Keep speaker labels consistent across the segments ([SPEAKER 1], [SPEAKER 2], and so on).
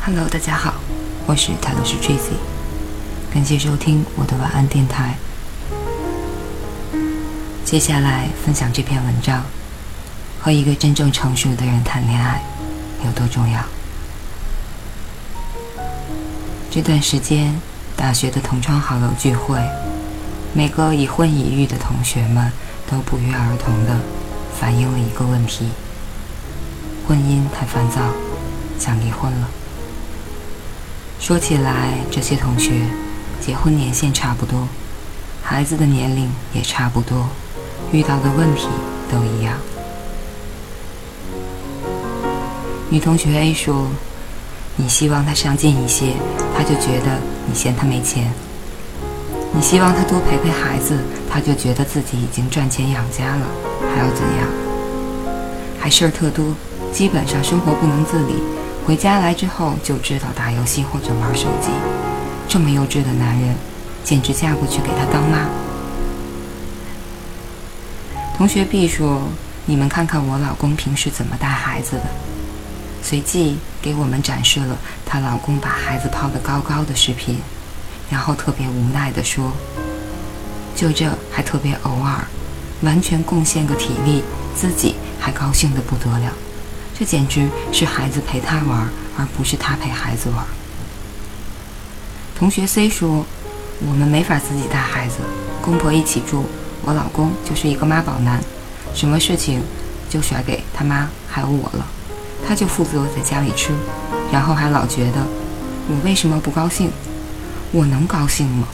[SPEAKER 1] Hello， 大家好，我是泰勒斯 Tracy， 感谢收听我的晚安电台。接下来分享这篇文章：和一个真正成熟的人谈恋爱有多重要。这段时间，大学的同窗好友聚会，每个已婚已育的同学们都不约而同地反映了一个问题：婚姻太烦躁，想离婚了。说起来，这些同学结婚年限差不多，孩子的年龄也差不多，遇到的问题都一样。女同学 A 说，你希望他上进一些，他就觉得你嫌他没钱；你希望他多陪陪孩子，他就觉得自己已经赚钱养家了，还要怎样？还事儿特多，基本上生活不能自理，回家来之后就知道打游戏或者玩手机。这么幼稚的男人，简直嫁过去给他当妈。同学 B 说，你们看看我老公平时怎么带孩子的。随即给我们展示了她老公把孩子抛得高高的视频，然后特别无奈地说，就这还特别偶尔，完全贡献个体力，自己还高兴得不得了。这简直是孩子陪他玩，而不是他陪孩子玩。同学 C 说，我们没法自己带孩子，公婆一起住，我老公就是一个妈宝男，什么事情就甩给他妈还有我了，他就负责在家里吃，然后还老觉得我为什么不高兴，我能高兴吗？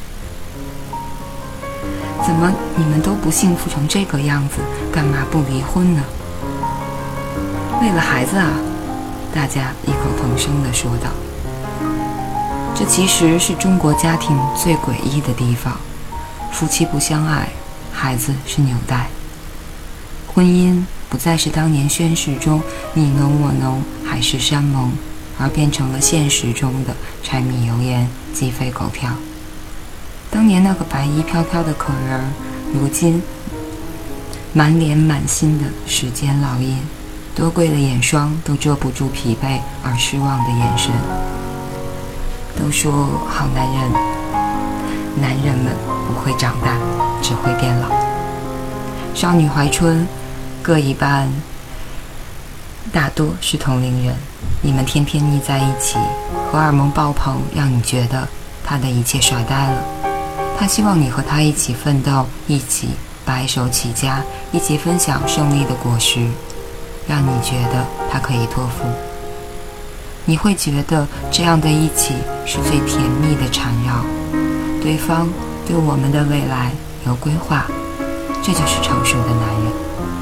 [SPEAKER 1] 怎么你们都不幸福成这个样子，干嘛不离婚呢？为了孩子啊，大家异口同声地说道。这其实是中国家庭最诡异的地方，夫妻不相爱，孩子是纽带。婚姻不再是当年宣誓中你侬我侬海誓山盟，而变成了现实中的柴米油盐鸡飞狗跳。当年那个白衣飘飘的可人，如今满脸满心的时间烙印，多贵的眼霜都遮不住疲惫而失望的眼神。都说好男人，男人们不会长大，只会变老。少女怀春各一半，大多是同龄人，你们天天腻在一起，荷尔蒙爆棚，让你觉得他的一切甩呆了。他希望你和他一起奋斗，一起白手起家，一起分享胜利的果实，让你觉得他可以托付。你会觉得这样的一起是最甜蜜的缠绕，对方对我们的未来有规划，这就是成熟的男人。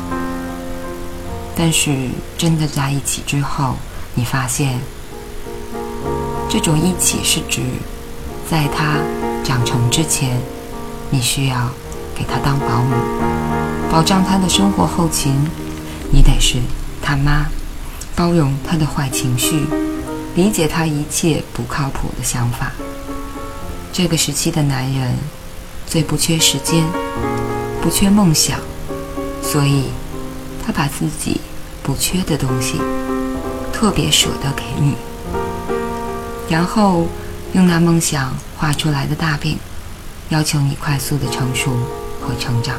[SPEAKER 1] 但是真的在一起之后，你发现这种一起是指在他长成之前，你需要给他当保姆，保障他的生活后勤，你得是他妈，包容他的坏情绪，理解他一切不靠谱的想法。这个时期的男人最不缺时间，不缺梦想，所以他把自己不缺的东西特别舍得给你，然后用那梦想画出来的大饼，要求你快速的成熟和成长。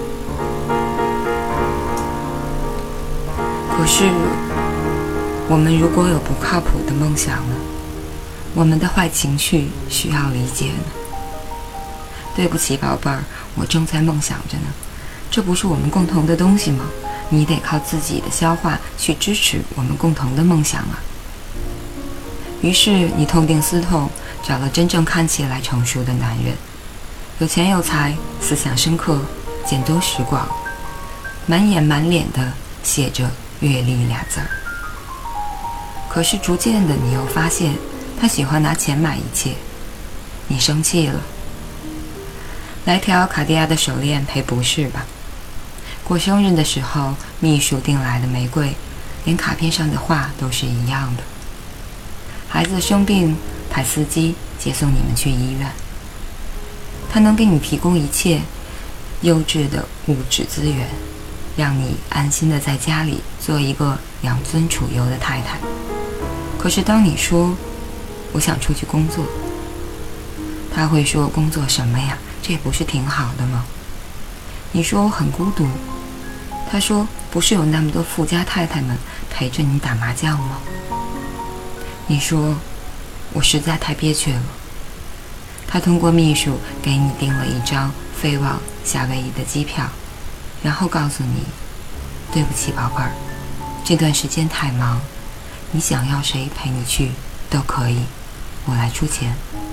[SPEAKER 1] 可是我们如果有不靠谱的梦想呢？我们的坏情绪需要理解呢？对不起宝贝儿，我正在梦想着呢，这不是我们共同的东西吗？你得靠自己的消化去支持我们共同的梦想啊。于是你痛定思痛，找了真正看起来成熟的男人，有钱有才，思想深刻，见多识广，满眼满脸的写着阅历俩字儿。可是逐渐的你又发现他喜欢拿钱买一切，你生气了。来条卡地亚的手链赔不是吧？过生日的时候秘书订来的玫瑰，连卡片上的话都是一样的。孩子生病，派司机接送你们去医院。他能给你提供一切优质的物质资源，让你安心的在家里做一个养尊处优的太太。可可是当你说我想出去工作，他会说工作什么呀？这不是挺好的吗？你说我很孤独，他说不是有那么多富家太太们陪着你打麻将吗？你说我实在太憋屈了，他通过秘书给你订了一张飞往夏威夷的机票，然后告诉你，对不起宝贝儿，这段时间太忙，你想要谁陪你去都可以，我来出钱。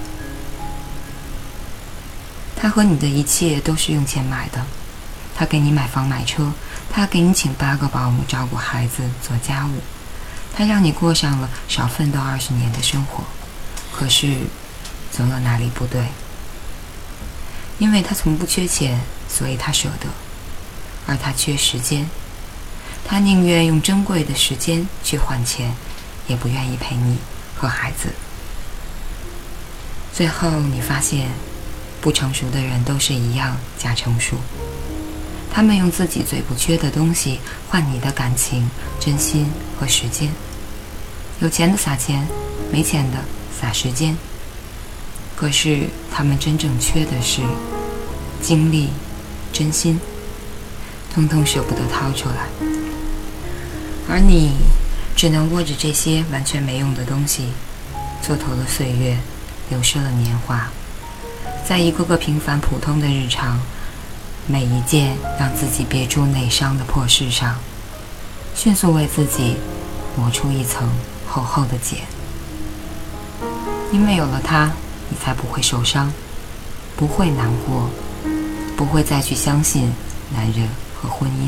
[SPEAKER 1] 他和你的一切都是用钱买的，他给你买房买车，他给你请8个保姆照顾孩子做家务，他让你过上了少奋斗20年的生活。可是总有哪里不对，因为他从不缺钱，所以他舍得，而他缺时间，他宁愿用珍贵的时间去换钱，也不愿意陪你和孩子。最后你发现不成熟的人都是一样假成熟，他们用自己最不缺的东西换你的感情、真心和时间。有钱的撒钱，没钱的撒时间。可是他们真正缺的是精力、真心，通通舍不得掏出来。而你只能握着这些完全没用的东西，蹉跎了岁月，流失了年华，在一个个平凡普通的日常，每一件让自己憋出内伤的破事上，迅速为自己磨出一层厚厚的茧。因为有了它，你才不会受伤，不会难过，不会再去相信男人和婚姻。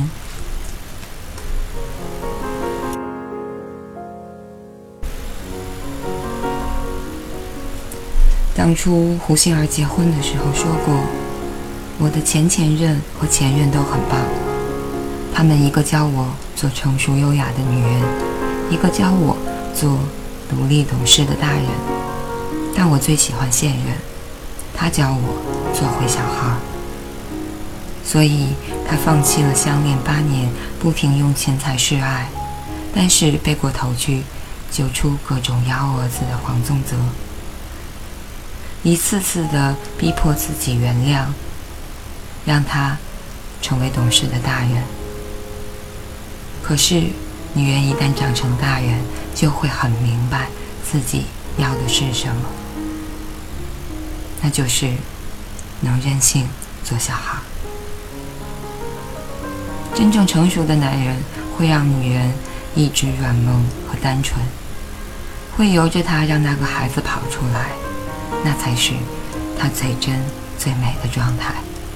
[SPEAKER 1] 当初胡杏儿结婚的时候说过，我的前任和前任都很棒，他们一个教我做成熟优雅的女人，一个教我做独立懂事的大人，但我最喜欢现任，他教我做回小孩。所以他放弃了相恋8年，不停用钱财示爱，但是背过头去揪出各种幺蛾子的黄宗泽，一次次的逼迫自己原谅，让他成为懂事的大人。可是女人一旦长成大人，就会很明白自己要的是什么，那就是能任性做小孩。真正成熟的男人会让女人一直软萌和单纯，会由着他让那个孩子跑出来，那才是他最真最美的状态。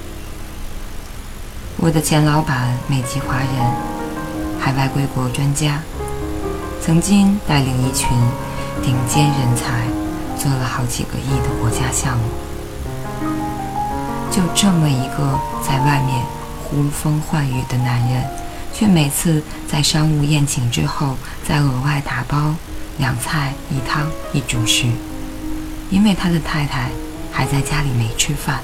[SPEAKER 1] 我的前老板美籍华人，海外归国专家，曾经带领一群顶尖人才做了好几个亿的国家项目。就这么一个在外面呼风唤雨的男人，却每次在商务宴请之后再额外打包2菜1汤1主食，因为他的太太还在家里没吃饭。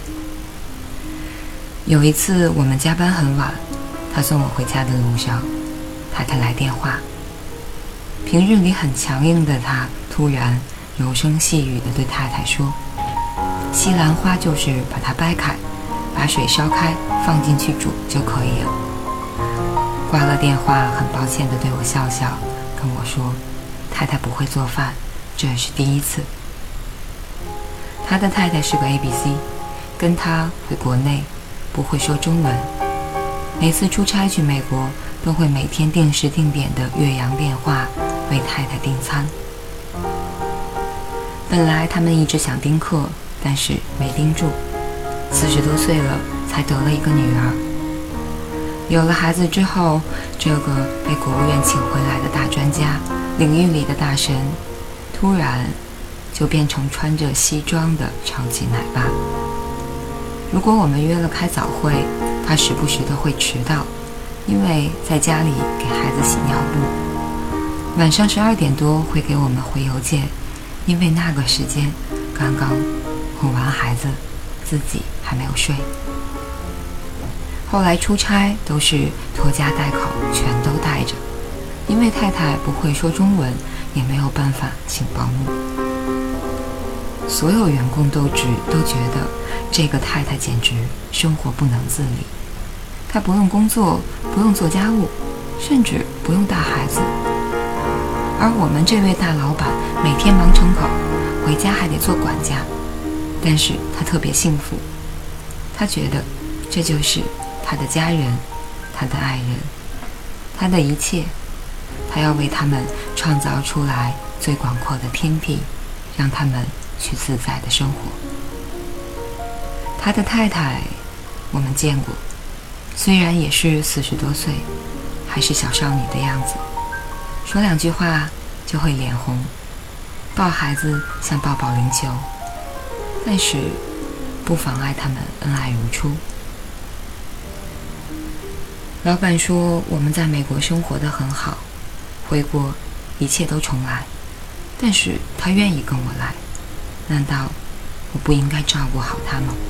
[SPEAKER 1] 有一次我们加班很晚，他送我回家的路上，太太来电话，平日里很强硬的他突然柔声细语地对太太说，西兰花就是把它掰开，把水烧开，放进去煮就可以了。挂了电话，很抱歉地对我笑笑，跟我说太太不会做饭，这是第一次。他的太太是个 ABC， 跟他回国内不会说中文，每次出差去美国都会每天定时定点的越洋电话为太太订餐。本来他们一直想丁克，但是没盯住，40多岁了才得了一个女儿。有了孩子之后，这个被国务院请回来的大专家，领域里的大神，突然就变成穿着西装的超级奶爸。如果我们约了开早会，他时不时的会迟到，因为在家里给孩子洗尿布。晚上12点多会给我们回邮件，因为那个时间刚刚哄完孩子，自己还没有睡。后来出差都是拖家带口，全都带着，因为太太不会说中文， 也没有办法请保姆。所有员工都觉得这个太太简直生活不能自理，她不用工作，不用做家务，甚至不用带孩子。而我们这位大老板每天忙成狗，回家还得做管家，但是他特别幸福，他觉得这就是他的家人，他的爱人，他的一切，他要为他们创造出来最广阔的天地，让他们去自在的生活。他的太太我们见过，虽然也是40多岁，还是小少女的样子，说2句话就会脸红，抱孩子像抱保龄球，但是不妨碍他们恩爱如初。老板说我们在美国生活得很好，回国一切都重来，但是他愿意跟我来，难道我不应该照顾好他吗？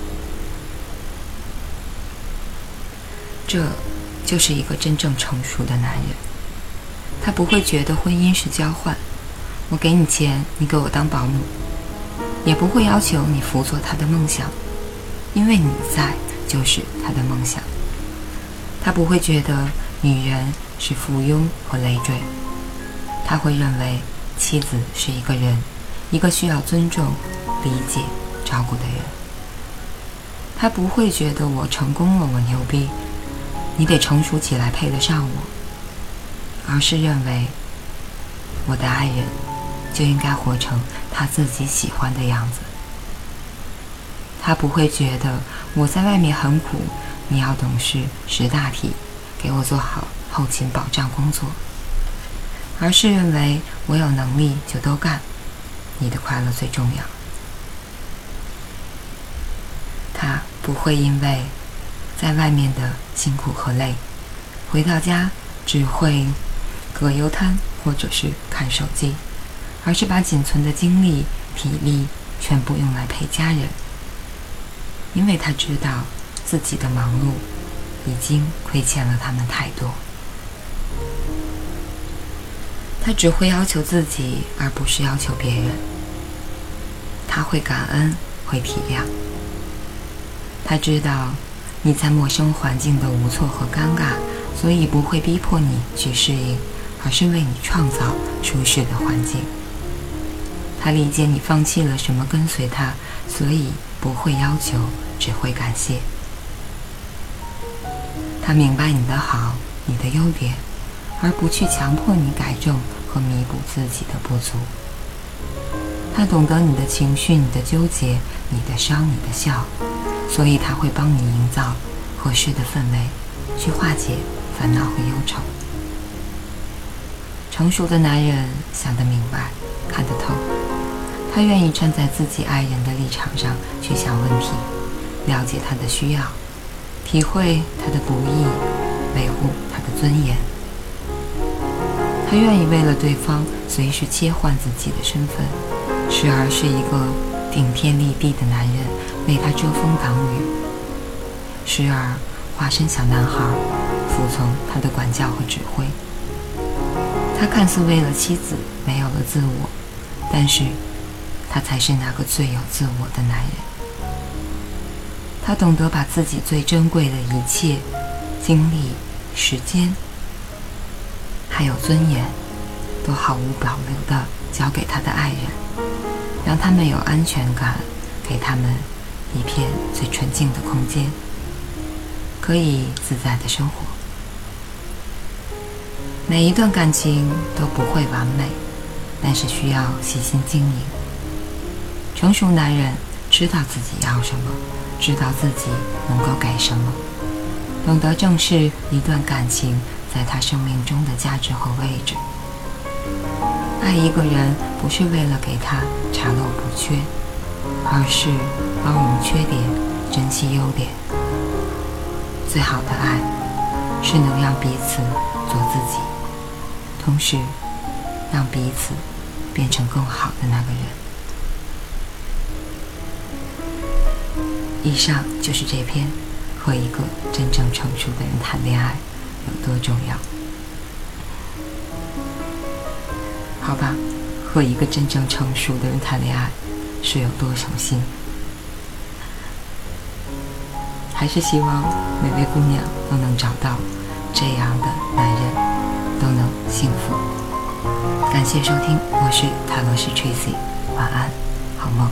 [SPEAKER 1] 这就是一个真正成熟的男人，他不会觉得婚姻是交换，我给你钱，你给我当保姆，也不会要求你辅佐他的梦想，因为你在就是他的梦想。他不会觉得女人是附庸和累赘，他会认为妻子是一个人，一个需要尊重、理解、照顾的人。他不会觉得我成功了，我牛逼，你得成熟起来配得上我，而是认为我的爱人就应该活成他自己喜欢的样子。他不会觉得我在外面很苦，你要懂事识大体，给我做好后勤保障工作，而是认为我有能力就都干，你的快乐最重要。他不会因为在外面的辛苦和累，回到家只会葛优瘫或者是看手机，而是把仅存的精力、体力全部用来陪家人，因为他知道自己的忙碌已经亏欠了他们太多。他只会要求自己，而不是要求别人。他会感恩，会体谅。他知道你在陌生环境的无措和尴尬，所以不会逼迫你去适应，而是为你创造舒适的环境。他理解你放弃了什么跟随他，所以不会要求，只会感谢。他明白你的好，你的优点，而不去强迫你改正和弥补自己的不足。他懂得你的情绪，你的纠结，你的伤，你的笑，所以他会帮你营造合适的氛围，去化解烦恼和忧愁。成熟的男人想得明白，看得透，他愿意站在自己爱人的立场上去想问题，了解他的需要，体会他的不易，维护他的尊严。他愿意为了对方随时切换自己的身份，时而是一个顶天立地的男人，为他遮风挡雨，时而化身小男孩，服从他的管教和指挥。他看似为了妻子没有了自我，但是他才是那个最有自我的男人。他懂得把自己最珍贵的一切精力、时间还有尊严都毫无保留地交给他的爱人，让他们有安全感，给他们一片最纯净的空间，可以自在地生活。每一段感情都不会完美，但是需要细心经营。成熟男人知道自己要什么，知道自己能够给什么，懂得正视一段感情在他生命中的价值和位置。爱一个人不是为了给他查漏补缺，而是包容缺点，珍惜优点。最好的爱是能让彼此做自己，同时让彼此变成更好的那个人。以上就是这篇和一个真正成熟的人谈恋爱有多重要。好吧， 和一个真正成熟的人谈恋爱是有多省心。还是希望每位姑娘都能找到这样的男人，都能幸福。感谢收听，我是塔罗师 Tracy， 晚安，好梦。